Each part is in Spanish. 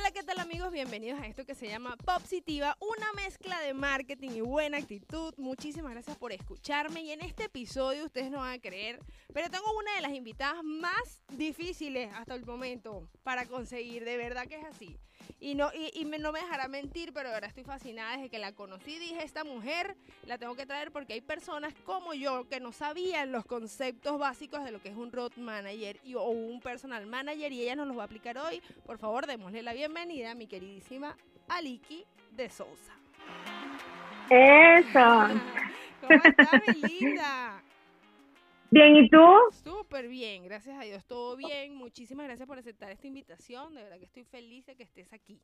Hola, ¿qué tal amigos? Bienvenidos a esto que se llama Popsitiva, una mezcla de marketing y buena actitud. Muchísimas gracias por escucharme y en este episodio ustedes no van a creer, pero tengo una de las invitadas más difíciles hasta el momento para conseguir, de verdad que es así. No me dejará mentir, pero ahora estoy fascinada desde que la conocí. Dije, esta mujer la tengo que traer porque hay personas como yo que no sabían los conceptos básicos de lo que es un road manager o un personal manager y ella nos los va a aplicar hoy. Por favor, démosle la bienvenida a mi queridísima Aliki de Sousa. Eso. ¿Cómo estás, mi linda? Bien, ¿y tú? Súper bien, gracias a Dios, todo bien. Muchísimas gracias por aceptar esta invitación. De verdad que estoy feliz de que estés aquí.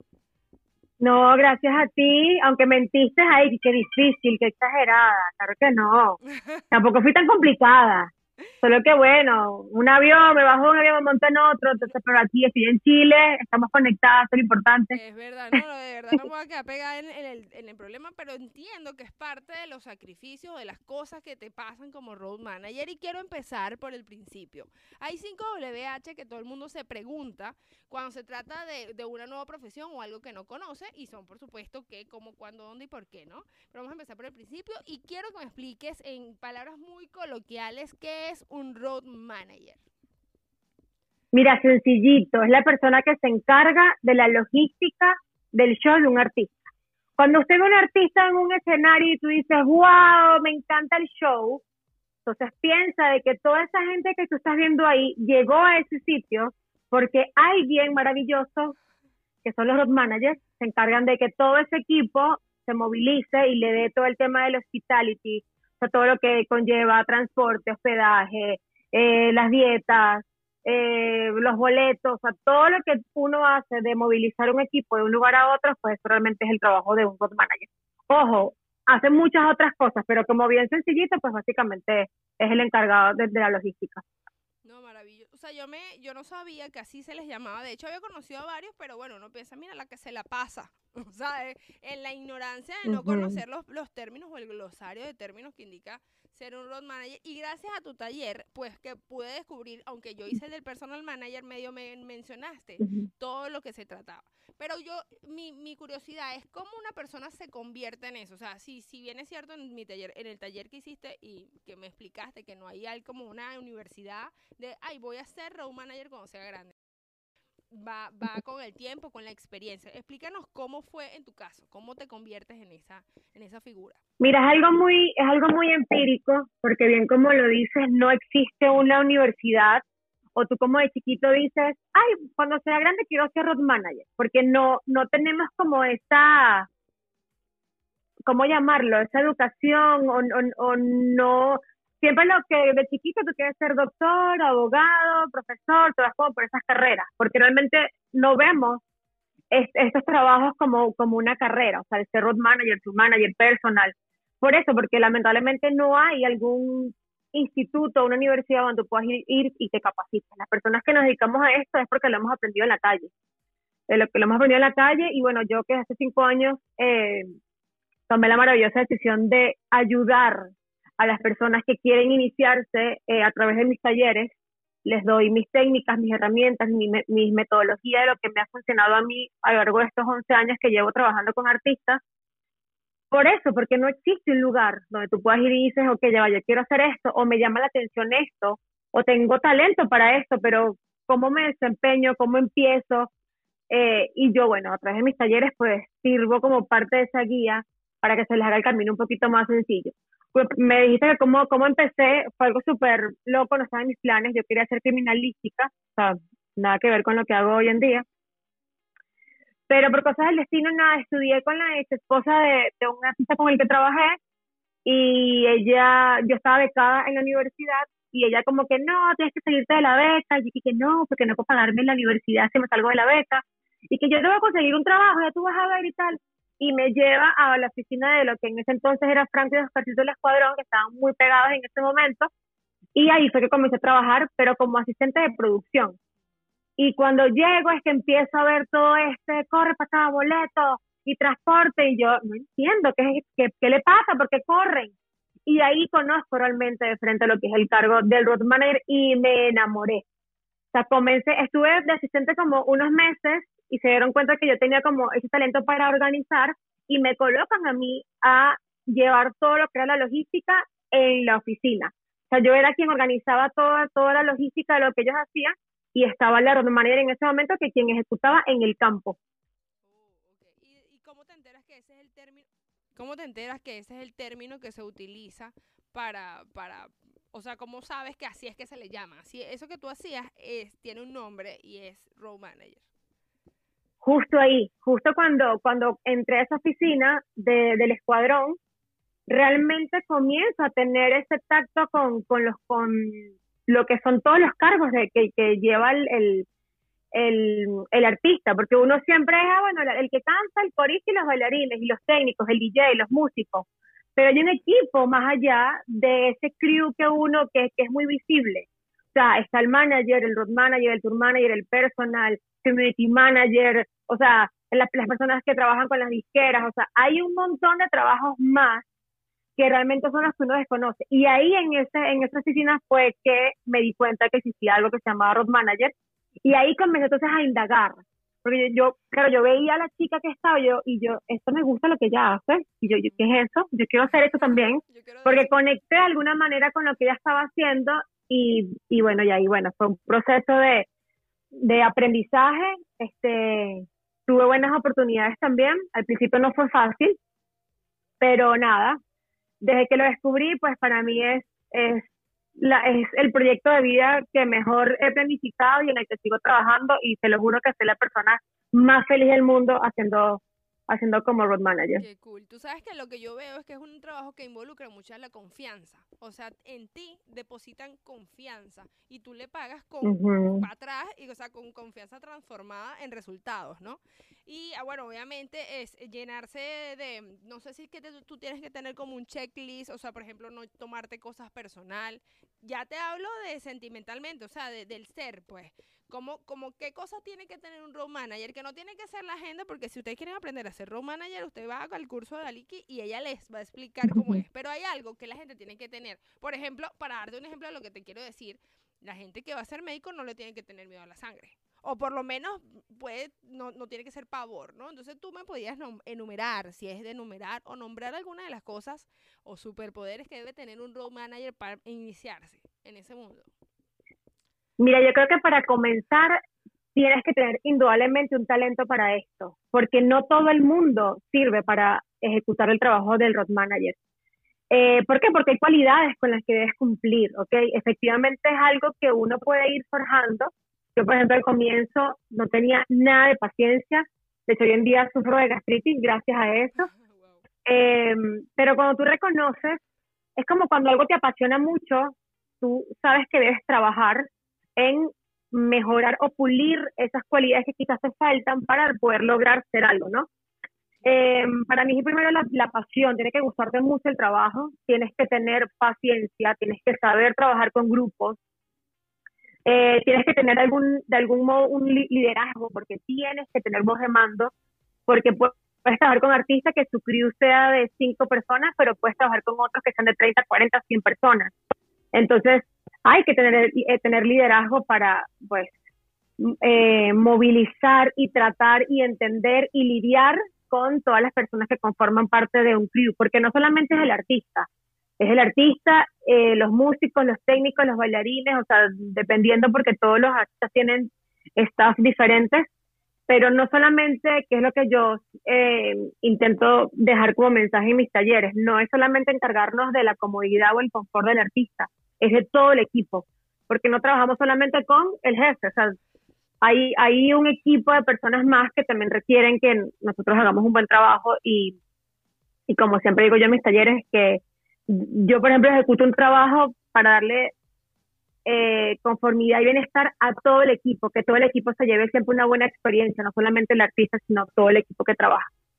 No, gracias a ti, aunque mentiste, ay, qué difícil, qué exagerada, claro que no. Tampoco fui tan complicada. Solo que bueno, un avión, me bajó un avión, me monté en otro, entonces, pero aquí estoy en Chile, estamos conectadas, es lo importante. Es verdad, no, de verdad no me voy a quedar pegada en el problema, pero entiendo que es parte de los sacrificios, de las cosas que te pasan como road manager y quiero empezar por el principio. Hay 5WH que todo el mundo se pregunta cuando se trata de una nueva profesión o algo que no conoce y son por supuesto qué, cómo, cuándo, dónde y por qué, ¿no? Pero vamos a empezar por el principio y quiero que me expliques en palabras muy coloquiales qué es un road manager. Mira, sencillito, es la persona que se encarga de la logística del show de un artista. Cuando usted ve a un artista en un escenario y tú dices, wow, me encanta el show, entonces piensa de que toda esa gente que tú estás viendo ahí llegó a ese sitio porque alguien maravilloso, que son los road managers, se encargan de que todo ese equipo se movilice y le dé todo el tema del hospitality, o sea, todo lo que conlleva transporte, hospedaje, las dietas, los boletos, o sea, todo lo que uno hace de movilizar un equipo de un lugar a otro, pues eso realmente es el trabajo de un road manager. Ojo, hace muchas otras cosas, pero como bien sencillito, pues básicamente es el encargado de la logística. No, maravilloso. O sea, yo no sabía que así se les llamaba. De hecho, había conocido a varios, pero bueno, uno piensa, mira, la que se la pasa. O sea, en la ignorancia de no conocer los términos o el glosario de términos que indica ser un road manager. Y gracias a tu taller, pues que pude descubrir, aunque yo hice el del personal manager, medio me mencionaste todo lo que se trataba. Pero mi curiosidad es cómo una persona se convierte en eso. O sea, si bien es cierto en mi taller, en el taller que hiciste y que me explicaste que no hay como una universidad de, ay, voy a ser road manager cuando sea grande. Va con el tiempo, con la experiencia. Explícanos cómo fue en tu caso, cómo te conviertes en esa figura. Mira, es algo muy empírico, porque bien como lo dices, no existe una universidad, o tú como de chiquito dices, ay, cuando sea grande quiero ser road manager, porque no tenemos como esa, ¿cómo llamarlo? Esa educación, o no, siempre lo que de chiquito tú quieres ser doctor, abogado, profesor, todas como por esas carreras, porque realmente no vemos estos trabajos como una carrera, o sea, el ser road manager, tu manager personal. Por eso, porque lamentablemente no hay algún instituto o una universidad donde tú puedas ir y te capacites. Las personas que nos dedicamos a esto es porque lo hemos aprendido en la calle. Lo que lo hemos aprendido en la calle y bueno, yo que hace 5 años tomé la maravillosa decisión de ayudar a las personas que quieren iniciarse a través de mis talleres. Les doy mis técnicas, mis herramientas, mis metodologías de lo que me ha funcionado a mí a lo largo de estos 11 años que llevo trabajando con artistas. Por eso, porque no existe un lugar donde tú puedas ir y dices, ok, ya va, yo quiero hacer esto, o me llama la atención esto, o tengo talento para esto, pero ¿cómo me desempeño? ¿Cómo empiezo? Y yo, bueno, a través de mis talleres, pues sirvo como parte de esa guía para que se les haga el camino un poquito más sencillo. Pues, me dijiste que cómo empecé, fue algo súper loco, no estaba en mis planes, yo quería hacer criminalística, o sea, nada que ver con lo que hago hoy en día. Pero por cosas del destino, nada, estudié con la ex esposa de un artista con el que trabajé y yo estaba becada en la universidad y ella como que no, tienes que salirte de la beca, y yo dije no, porque no puedo pagarme en la universidad si me salgo de la beca y que yo tengo que conseguir un trabajo, ya tú vas a ver y tal. Y me lleva a la oficina de lo que en ese entonces era Franco y Oscarcito del Escuadrón, que estaban muy pegados en ese momento, y ahí fue que comencé a trabajar, pero como asistente de producción. Y cuando llego es que empiezo a ver todo corre para cada boleto y transporte, y yo no entiendo qué le pasa, por qué corren. Y ahí conozco realmente de frente lo que es el cargo del road manager y me enamoré. sea, estuve de asistente como unos meses y se dieron cuenta que yo tenía como ese talento para organizar y me colocan a mí a llevar todo lo que era la logística en la oficina. O sea, yo era quien organizaba toda la logística de lo que ellos hacían y estaba la road manager en ese momento que quien ejecutaba en el campo. Okay. ¿Y cómo te enteras que ese es el término? ¿Cómo te enteras que ese es el término que se utiliza para, o sea, cómo sabes que así es que se le llama? Así, eso que tú hacías tiene un nombre y es road manager. Justo ahí, justo cuando entré a esa oficina del escuadrón, realmente comienzo a tener ese tacto con lo que son todos los cargos que lleva el artista, porque uno siempre es, bueno, el que canta, el corista y los bailarines, y los técnicos, el DJ, los músicos, pero hay un equipo más allá de ese crew que es muy visible. O sea, está el manager, el road manager, el tour manager, el personal, community manager, o sea, las personas que trabajan con las disqueras, o sea, hay un montón de trabajos más que realmente son los que uno desconoce. Y ahí en esa oficina fue que me di cuenta que existía algo que se llamaba road manager, y ahí comencé entonces a indagar, porque claro, yo veía a la chica que estaba y yo, esto me gusta lo que ella hace, y yo, ¿qué es eso? Yo quiero hacer eso también, porque conecté de alguna manera con lo que ella estaba haciendo, y bueno, y ahí, bueno, fue un proceso de aprendizaje, tuve buenas oportunidades también, al principio no fue fácil, pero nada, desde que lo descubrí, pues para mí es el proyecto de vida que mejor he planificado y en el que sigo trabajando, y te lo juro que soy la persona más feliz del mundo haciendo como road manager. Qué cool. Tú sabes que lo que yo veo es que es un trabajo que involucra mucha la confianza. O sea, en ti depositan confianza y tú le pagas para atrás, y, o sea, con confianza transformada en resultados, ¿no? Y bueno, obviamente es llenarse no sé si es que tú tienes que tener como un checklist, o sea, por ejemplo, no tomarte cosas personal. Ya te hablo de sentimentalmente, o sea, del ser, pues. Como qué cosas tiene que tener un road manager, que no tiene que ser la agenda, porque si ustedes quieren aprender a ser road manager, usted va al curso de Aliki y ella les va a explicar cómo es. Pero hay algo que la gente tiene que tener. Por ejemplo, para darte un ejemplo de lo que te quiero decir, la gente que va a ser médico no le tiene que tener miedo a la sangre. O por lo menos no tiene que ser pavor, ¿no? Entonces tú me podías enumerar, si es de enumerar o nombrar alguna de las cosas o superpoderes que debe tener un road manager para iniciarse en ese mundo. Mira, yo creo que para comenzar tienes que tener indudablemente un talento para esto, porque no todo el mundo sirve para ejecutar el trabajo del road manager. ¿Por qué? Porque hay cualidades con las que debes cumplir, ¿ok? Efectivamente es algo que uno puede ir forjando. Yo, por ejemplo, al comienzo no tenía nada de paciencia, de hecho hoy en día sufro de gastritis gracias a eso, pero cuando tú reconoces, es como cuando algo te apasiona mucho, tú sabes que debes trabajar en mejorar o pulir esas cualidades que quizás te faltan para poder lograr ser algo, ¿no? Para mí primero la pasión, tiene que gustarte mucho el trabajo, tienes que tener paciencia, tienes que saber trabajar con grupos, tienes que tener de algún modo un liderazgo, porque tienes que tener voz de mando, porque puedes trabajar con artistas que su crew sea de 5 personas, pero puedes trabajar con otros que sean de 30, 40, 100 personas. Entonces, hay que tener liderazgo para, pues, movilizar y tratar y entender y lidiar con todas las personas que conforman parte de un crew, porque no solamente es el artista, los músicos, los técnicos, los bailarines, o sea, dependiendo, porque todos los artistas tienen staff diferentes, pero no solamente, que es lo que yo intento dejar como mensaje en mis talleres, no es solamente encargarnos de la comodidad o el confort del artista, es de todo el equipo, porque no trabajamos solamente con el jefe, o sea, hay un equipo de personas más que también requieren que nosotros hagamos un buen trabajo, y como siempre digo yo en mis talleres, que yo, por ejemplo, ejecuto un trabajo para darle conformidad y bienestar a todo el equipo, que todo el equipo se lleve siempre una buena experiencia, no solamente el artista, sino todo el equipo que trabaja.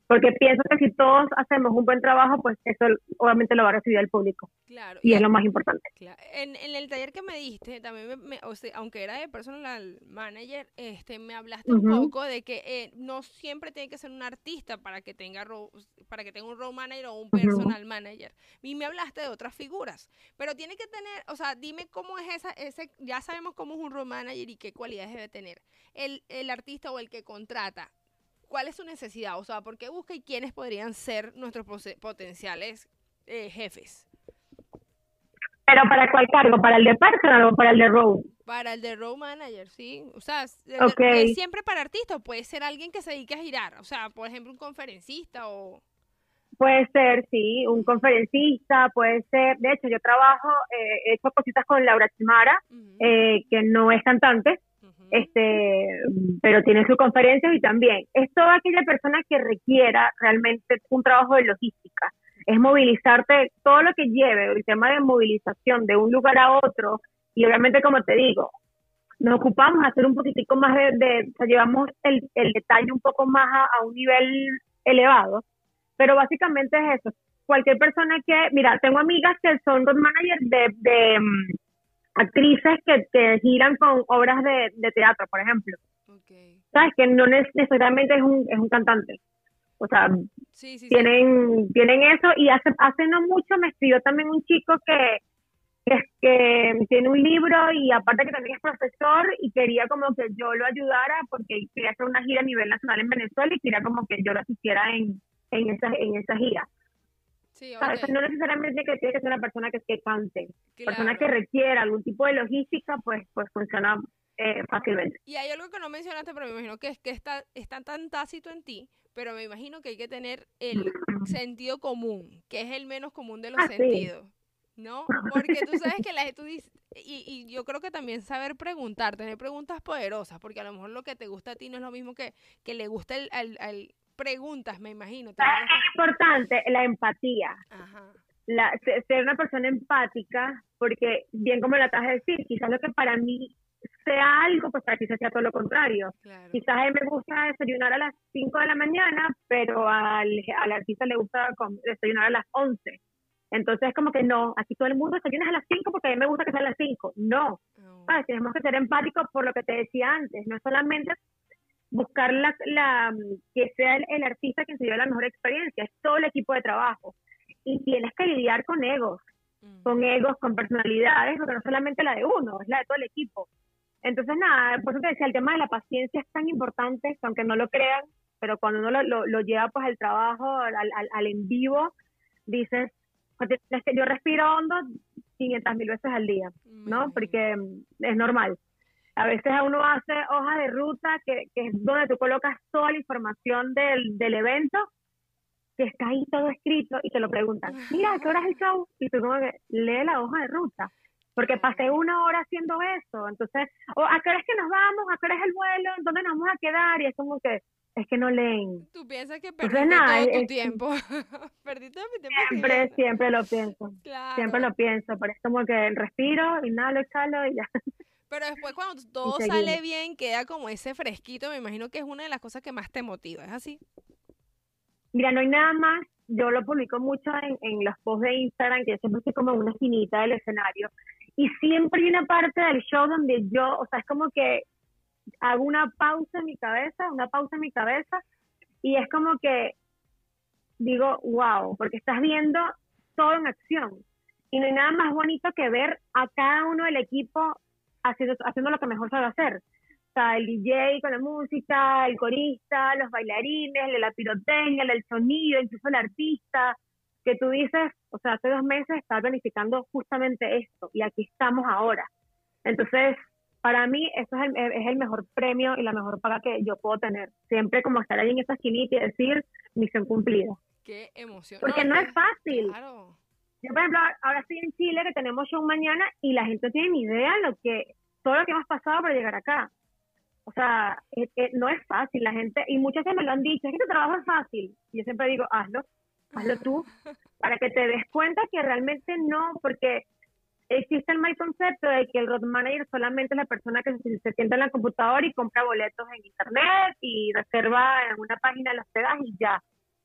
porque pienso que si todos hacemos un buen trabajo, pues eso obviamente lo va a recibir el público, Claro, y es lo más importante. claro. En el taller que me diste, también, o sea, aunque era de personal manager, me hablaste un Ujú, poco de que no siempre tiene que ser un artista para que tenga para que tenga un role manager o un ujú. personal manager. Y me hablaste de otras figuras, pero tiene que tener, o sea, dime cómo es ya sabemos cómo es un role manager y qué cualidades debe tener el artista o el que contrata. ¿Cuál es su necesidad? O sea, ¿por qué busca y quiénes podrían ser nuestros potenciales jefes? Pero ¿para cuál cargo? ¿Para el de personal o para el de road? Para el de road manager, ¿sí? O sea, Ok, es siempre para artistas, puede ser alguien que se dedique a girar, o sea, por ejemplo, un conferencista o... puede ser, sí, un conferencista, puede ser, de hecho yo trabajo, he hecho cositas con Laura Chimara, Ujú, que no es cantante, ujú, este, pero tiene sus conferencias y también es toda aquella persona que requiera realmente un trabajo de logística, es movilizarte, todo lo que lleve el tema de movilización de un lugar a otro, y obviamente como te digo, nos ocupamos a hacer un poquitico más o sea, llevamos el detalle un poco más a un nivel elevado, pero básicamente es eso. Cualquier persona que, mira, tengo amigas que son road managers de actrices que giran con obras de teatro, por ejemplo. ok. ¿Sabes? Que no necesariamente es un cantante. O sea, Sí, sí, sí. tienen eso y hace no mucho me escribió también un chico que tiene un libro y aparte que también es profesor y quería como que yo lo ayudara porque quería hacer una gira a nivel nacional en Venezuela y quería como que yo lo asistiera en esa gira. Sí, ok. ¿Sabes? No necesariamente que tiene que ser una persona que cante, persona que Claro. requiera algún tipo de logística, pues funciona fácilmente. Y hay algo que no mencionaste, pero me imagino que es que está tan tácito en ti, pero me imagino que hay que tener el sentido común, que es el menos común de los Ah, sí. sentidos, ¿no? Porque tú sabes que tú dices, y yo creo que también saber preguntar, tener preguntas poderosas, porque a lo mejor lo que te gusta a ti no es lo mismo que le gusta al preguntas, me imagino, tener ¿Sabes qué respuestas. es importante? La empatía. Ajá, Ser una persona empática, porque bien como la acabas de decir, quizás lo que para mí sea algo, pues para ti sea todo lo contrario. claro. Quizás a él me gusta desayunar a las 5 de la mañana, pero al artista le gusta desayunar a las 11. Entonces, como que no, aquí todo el mundo desayuna a las 5 porque a mí me gusta que sean las 5. No, Oh, tenemos que ser empáticos por lo que te decía antes, no solamente buscar que sea el artista quien se lleve la mejor experiencia, es todo el equipo de trabajo. Y tienes que lidiar ujú. con personalidades, porque no solamente la de uno, es la de todo el equipo. Entonces, nada, por eso te decía, el tema de la paciencia es tan importante, que aunque no lo crean, pero cuando uno lo lleva pues al trabajo, al en vivo, dices, pues, es que yo respiro hondo 500.000 veces al día, Me ¿no? imagino. Porque es normal. A veces uno hace hojas de ruta, que es donde tú colocas toda la información del evento, que está ahí todo escrito y te lo preguntan, mira, ¿a qué hora es el show? Y tú como que lee la hoja de ruta, porque pasé Claro. 1 hora haciendo eso, entonces, o ¿a qué hora es que nos vamos? ¿A qué hora es el vuelo? ¿Dónde nos vamos a quedar? Y es como que, es que no leen. Tú piensas que Entonces, perdiste nada, todo tu tiempo. Perdiste todo mi tiempo siempre, escribiendo. siempre Claro. lo pienso, pero es como que respiro, inhalo, exhalo y ya, Pero después cuando y todo sale seguimos. bien, queda como ese fresquito. Me imagino que es una de las cosas que más te motiva. ¿Es así? Mira, no hay nada más, yo lo publico mucho en los posts de Instagram, que yo siempre estoy como en una esquinita del escenario, y siempre hay una parte del show donde yo, o sea, es como que hago una pausa en mi cabeza, y es como que digo, wow, porque estás viendo todo en acción. Y no hay nada más bonito que ver a cada uno del equipo haciendo lo que mejor sabe hacer. O sea, el DJ con la música, el corista, los bailarines, la pirotecnia, el sonido, incluso el artista, que tú dices, o sea, hace 2 meses estaba planificando justamente esto y aquí estamos ahora. Entonces, para mí, eso es el mejor premio y la mejor paga que yo puedo tener. Siempre como estar ahí en esa esquinita y decir, misión cumplida. Qué emoción. No, Porque es no es que, fácil. claro. Yo, por ejemplo, ahora estoy en Chile, que tenemos show mañana, y la gente no tiene ni idea todo lo que hemos pasado para llegar acá. O sea, no es fácil. La gente, y muchas veces me lo han dicho, es que tu trabajo es fácil. Y yo siempre digo, hazlo tú, para que te des cuenta que realmente no, porque existe el mal concepto de que el road manager solamente es la persona que se sienta en la computadora y compra boletos en internet y reserva en una página los hospedaje y ya.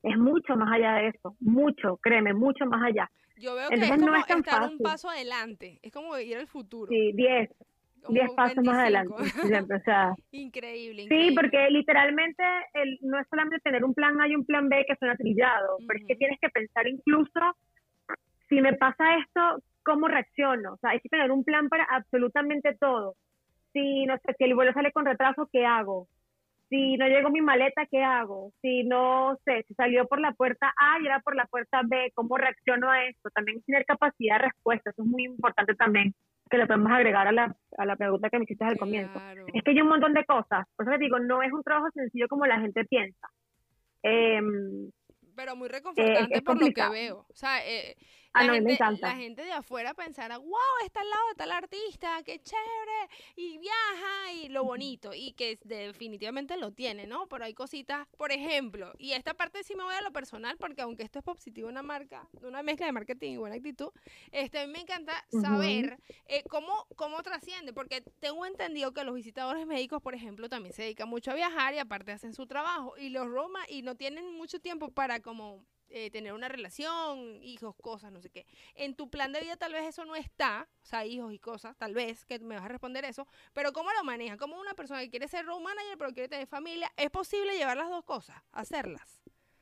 es mucho más allá de eso, mucho, créeme, mucho más allá. Yo veo que es Entonces como no es tan estar un fácil. paso adelante, es como ir al futuro, Sí, 10 como pasos más 25. adelante, siempre, o sea, Increíble, sí, increíble. porque literalmente no es solamente tener un plan A y un plan B que suena trillado, pero es que Ujú. tienes que pensar incluso, si me pasa esto, ¿cómo reacciono? O sea, hay que tener un plan para absolutamente todo. Si, no sé, si el vuelo sale con retraso, ¿qué hago? Si no llegó mi maleta, ¿qué hago? Si no sé, si salió por la puerta A y era por la puerta B, ¿cómo reacciono a esto? También tener capacidad de respuesta, eso es muy importante también, que lo podemos agregar a la pregunta que me hiciste al comienzo. Es Claro. que hay un montón de cosas, por eso te digo, no es un trabajo sencillo como la gente piensa. Eh, Pero muy reconfortante es por lo que complicado. veo. O sea, Ah, no, a mí me encanta. la gente de afuera pensará, wow, está al lado de tal artista, qué chévere, y viaja, y lo bonito, y que definitivamente lo tiene, ¿no? Pero hay cositas, por ejemplo, y esta parte sí me voy a lo personal, porque aunque esto es positivo, una marca, una mezcla de marketing y buena actitud, a mí me encanta Ujú. saber cómo trasciende, porque tengo entendido que los visitadores médicos, por ejemplo, también se dedican mucho a viajar y aparte hacen su trabajo, y los Roma, y no tienen mucho tiempo para como tener una relación, hijos, cosas, no sé qué. En tu plan de vida tal vez eso no está, o sea, hijos y cosas, tal vez, que me vas a responder eso, pero ¿cómo lo manejas? ¿Cómo una persona que quiere ser road manager pero quiere tener familia, es posible llevar las dos cosas, hacerlas?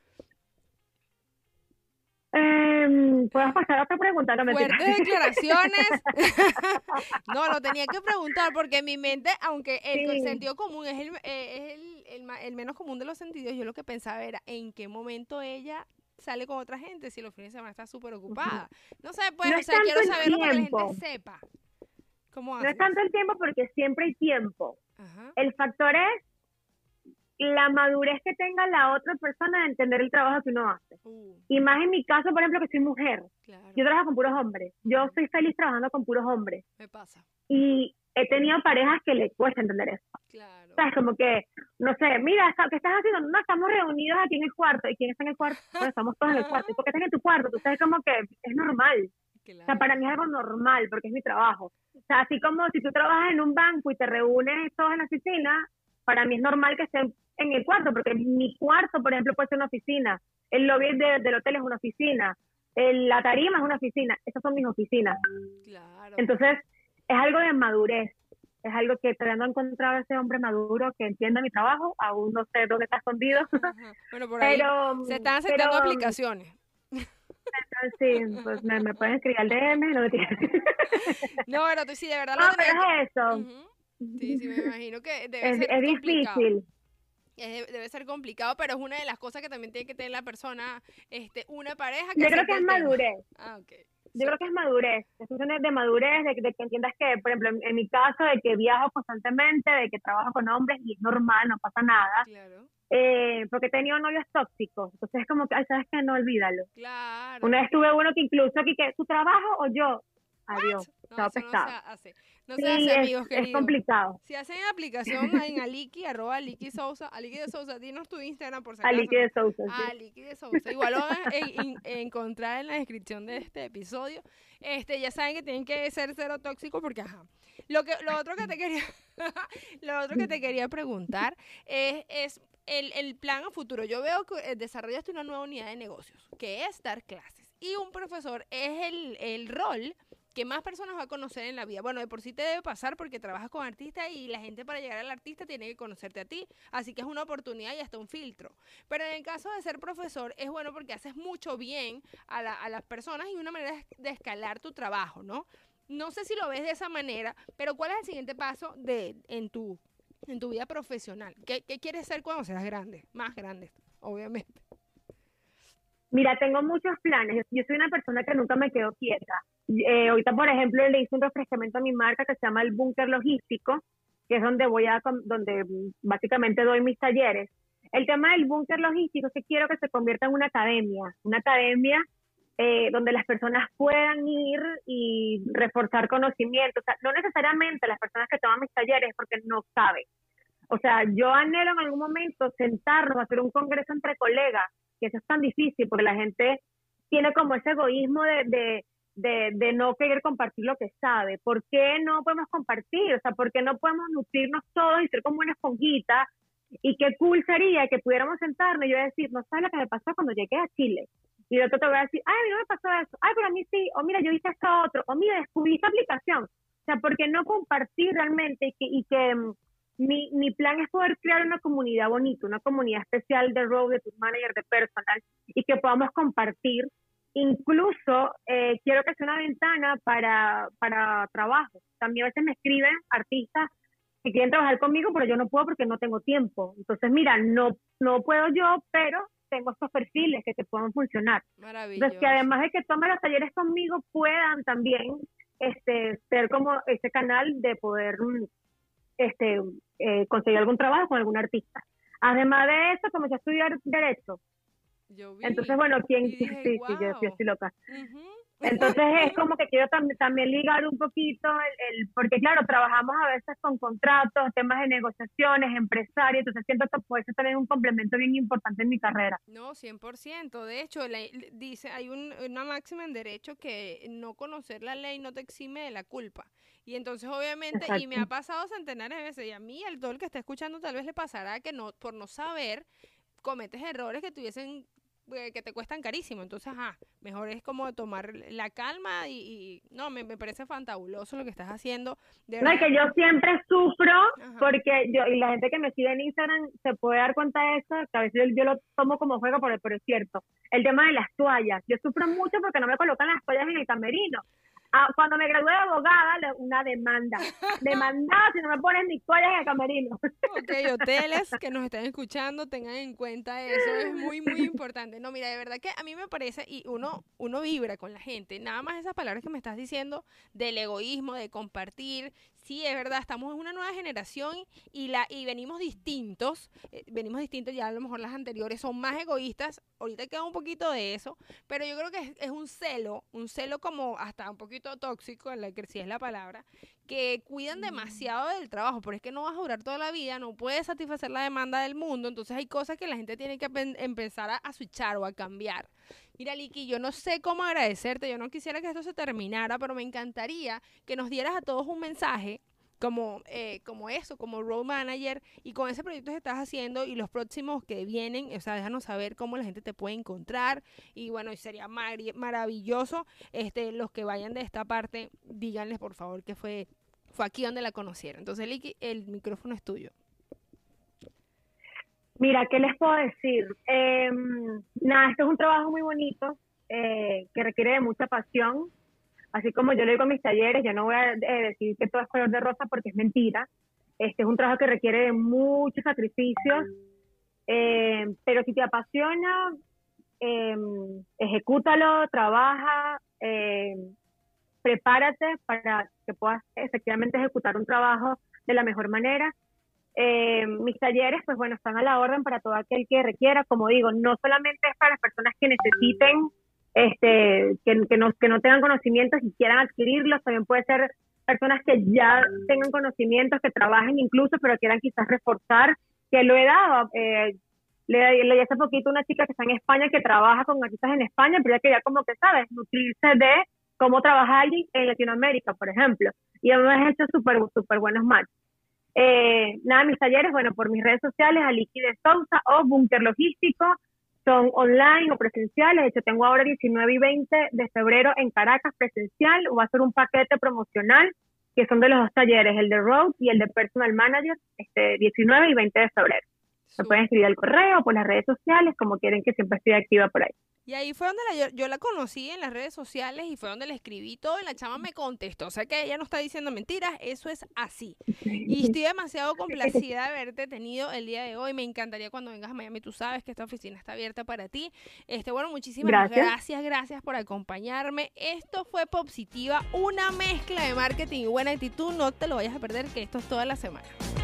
¿Puedes pasar a otra pregunta? No, mentira. Fuertes declaraciones. No, lo tenía que preguntar porque en mi mente, aunque el Sí. sentido común es el menos común de los sentidos, yo lo que pensaba era en qué momento ella sale con otra gente si los fines de semana está súper Ujú. ocupada. No sé, pues, No o es sea, tanto quiero el saberlo para que la gente tiempo, sepa cómo no es haces. tanto el tiempo porque siempre hay tiempo. Ajá. El factor es la madurez que tenga la otra persona de entender el trabajo que uno hace. Uh, Y más en mi caso, por ejemplo, que soy mujer. claro. Yo trabajo con puros hombres. Yo Ujú. soy feliz trabajando con puros hombres. Me pasa. Y he tenido parejas que les cuesta entender eso. Claro. ¿Sabes? Como que, no sé, mira, ¿qué estás haciendo? No, estamos reunidos aquí en el cuarto. ¿Y quién está en el cuarto? Pues estamos todos en el cuarto. ¿Y por qué estás en tu cuarto? Tú sabes como que es normal. O sea, Claro. para mí es algo normal porque es mi trabajo. O sea, así como si tú trabajas en un banco y te reúnes todos en la oficina, para mí es normal que estén en el cuarto, porque mi cuarto, por ejemplo, puede ser una oficina. El lobby del hotel es una oficina. La tarima es una oficina. Esas son mis oficinas. Claro. Entonces, es algo de madurez. Es algo que tratando de encontrar a ese hombre maduro que entienda mi trabajo. Aún no sé dónde está escondido. Ajá. Bueno, por ahí pero, se están pero, aceptando aplicaciones. sí, pues me pueden escribir al DM, no me tienen. No, pero tú sí, de verdad No, lo pero tenía que... es eso. Ujú. Sí, sí, me imagino que debe Es, ser es complicado. difícil. Debe ser complicado, pero es una de las cosas que también tiene que tener la persona, una pareja que Yo creo que acepte es el tema. madurez. Ah, ok. Yo creo que Súper. es madurez. Es cuestión de madurez, de que entiendas que, por ejemplo, en mi caso, de que viajo constantemente, de que trabajo con hombres y es normal, no pasa nada. Claro. Porque he tenido novios tóxicos. Entonces es como que, ay, ¿sabes qué? No, olvídalo. Una Claro. vez tuve uno que incluso aquí que, ¿tu trabajo o yo? Adiós. ¿What? No, Chao eso no se pescado. hace. No se Sí, hace, amigos es queridos. complicado. Si hacen aplicación en Aliki, @Aliki Sousa, Aliki de Sousa, dinos tu Instagram por si acaso, Alique ¿no? de Sousa, sí. Aliki de Sousa. Igual lo van a encontrar en la descripción de este episodio. Ya saben que tienen que ser cero tóxicos porque, ajá. Lo otro que te quería, lo otro que te quería preguntar es el plan a futuro. Yo veo que desarrollaste una nueva unidad de negocios, que es dar clases. Y un profesor es el rol que más personas va a conocer en la vida. Bueno, de por sí te debe pasar porque trabajas con artistas y la gente para llegar al artista tiene que conocerte a ti. Así que es una oportunidad y hasta un filtro. Pero en el caso de ser profesor es bueno porque haces mucho bien a las personas y una manera de escalar tu trabajo, ¿no? No sé si lo ves de esa manera, pero ¿cuál es el siguiente paso en tu vida profesional? ¿Qué quieres ser cuando seas grande? Más grande, obviamente. Mira, tengo muchos planes. Yo soy una persona que nunca me quedo quieta. Ahorita, por ejemplo, le hice un refrescamiento a mi marca que se llama el Búnker Logístico, que es donde básicamente doy mis talleres. El tema del Búnker Logístico es que quiero que se convierta en una academia donde las personas puedan ir y reforzar conocimientos. O sea, no necesariamente las personas que toman mis talleres porque no saben. O sea, yo anhelo en algún momento sentarnos a hacer un congreso entre colegas, que eso es tan difícil porque la gente tiene como ese egoísmo de no querer compartir lo que sabe. ¿Por qué no podemos compartir? O sea, ¿por qué no podemos nutrirnos todos y ser como una esponjita Y qué cool sería que pudiéramos sentarnos y yo decir, no sabes lo que me pasó cuando llegué a Chile. Y el otro te voy a decir, ay, a mí no me pasó eso, ay, pero a mí sí, o mira, yo hice esto otro, o mira, descubrí esta aplicación. O sea, ¿por qué no compartir realmente mi plan es poder crear una comunidad bonita, una comunidad especial de road, de tour manager, de personal, y que podamos compartir. Incluso quiero que sea una ventana para trabajo. También a veces me escriben artistas que quieren trabajar conmigo, pero yo no puedo porque no tengo tiempo. Entonces, mira, no puedo yo, pero tengo estos perfiles que te puedan funcionar. Maravilloso. Entonces, que además de que tomen los talleres conmigo, puedan también ser como ese canal de poder conseguir algún trabajo con algún artista. Además de eso, comencé a estudiar Derecho. Yo vi. Entonces, bueno, Dije, sí, wow. yo estoy loca. Uh-huh. Entonces es como que quiero también ligar un poquito, porque claro, trabajamos a veces con contratos, temas de negociaciones, empresarios, entonces siento que puede ser también un complemento bien importante en mi carrera. No, 100%. De hecho, dice, hay una máxima en derecho que no conocer la ley no te exime de la culpa. Y entonces, obviamente, Exacto. y me ha pasado centenares de veces, y a mí, todo el que está escuchando, tal vez le pasará que no, por no saber, cometes errores que te cuestan carísimo. Entonces, mejor es como tomar la calma y no, me parece fantabuloso lo que estás haciendo. No, y que yo siempre sufro, Ajá. porque y la gente que me sigue en Instagram se puede dar cuenta de eso, que a veces yo lo tomo como juego, pero es cierto. El tema de las toallas. Yo sufro mucho porque no me colocan las toallas en el camerino. Cuando me gradué de abogada, una demanda. Demandada si no me ponen mis toallas en el camerino. Ok, hoteles que nos estén escuchando, tengan en cuenta eso, es muy, muy importante. No, mira, de verdad que a mí me parece, y uno vibra con la gente, nada más esas palabras que me estás diciendo del egoísmo, de compartir, sí, es verdad, estamos en una nueva generación y venimos distintos, ya a lo mejor las anteriores son más egoístas, ahorita queda un poquito de eso, pero yo creo que es un celo como hasta un poquito tóxico, en la que sí es la palabra, que cuidan demasiado del trabajo, pero es que no vas a durar toda la vida, no puedes satisfacer la demanda del mundo, entonces hay cosas que la gente tiene que empezar a switchar o a cambiar. Mira, Licky, yo no sé cómo agradecerte, yo no quisiera que esto se terminara, pero me encantaría que nos dieras a todos un mensaje como road manager y con ese proyecto que estás haciendo y los próximos que vienen, o sea, déjanos saber cómo la gente te puede encontrar y bueno, sería maravilloso, los que vayan de esta parte, díganles por favor que fue aquí donde la conocieron. Entonces, Licky, el micrófono es tuyo. Mira, ¿qué les puedo decir? Nada, esto es un trabajo muy bonito, que requiere de mucha pasión. Así como yo lo digo en mis talleres, yo no voy a decir que todo es color de rosa porque es mentira. Este es un trabajo que requiere de muchos sacrificios, pero si te apasiona, ejecútalo, trabaja, prepárate para que puedas efectivamente ejecutar un trabajo de la mejor manera. Mis talleres, pues bueno, están a la orden para todo aquel que requiera. Como digo, no solamente es para las personas que necesiten, que no tengan conocimientos y quieran adquirirlos, también puede ser personas que ya tengan conocimientos, que trabajen incluso, pero quieran quizás reforzar, que lo he dado. Le di hace poquito a una chica que está en España, que trabaja con artistas en España, pero ella quería como que, ¿sabes?, nutrirse de cómo trabaja alguien en Latinoamérica, por ejemplo. Y hemos hecho súper buenos matches. Nada, mis talleres, bueno, por mis redes sociales, Licky de Sousa o Búnker Logístico, son online o presenciales. De hecho, tengo ahora 19 y 20 de febrero en Caracas presencial, o va a ser un paquete promocional, que son de los dos talleres, el de Road y el de Personal Manager, 19 y 20 de febrero. Se pueden escribir al correo, por las redes sociales, como quieren, que siempre estoy activa por ahí. Y ahí fue donde yo la conocí en las redes sociales y fue donde le escribí todo y la chama me contestó. O sea que ella no está diciendo mentiras, eso es así. Y estoy demasiado complacida de haberte tenido el día de hoy. Me encantaría cuando vengas a Miami, tú sabes que esta oficina está abierta para ti. Bueno, muchísimas gracias por acompañarme. Esto fue Positiva, una mezcla de marketing y buena actitud. No te lo vayas a perder, que esto es toda la semana.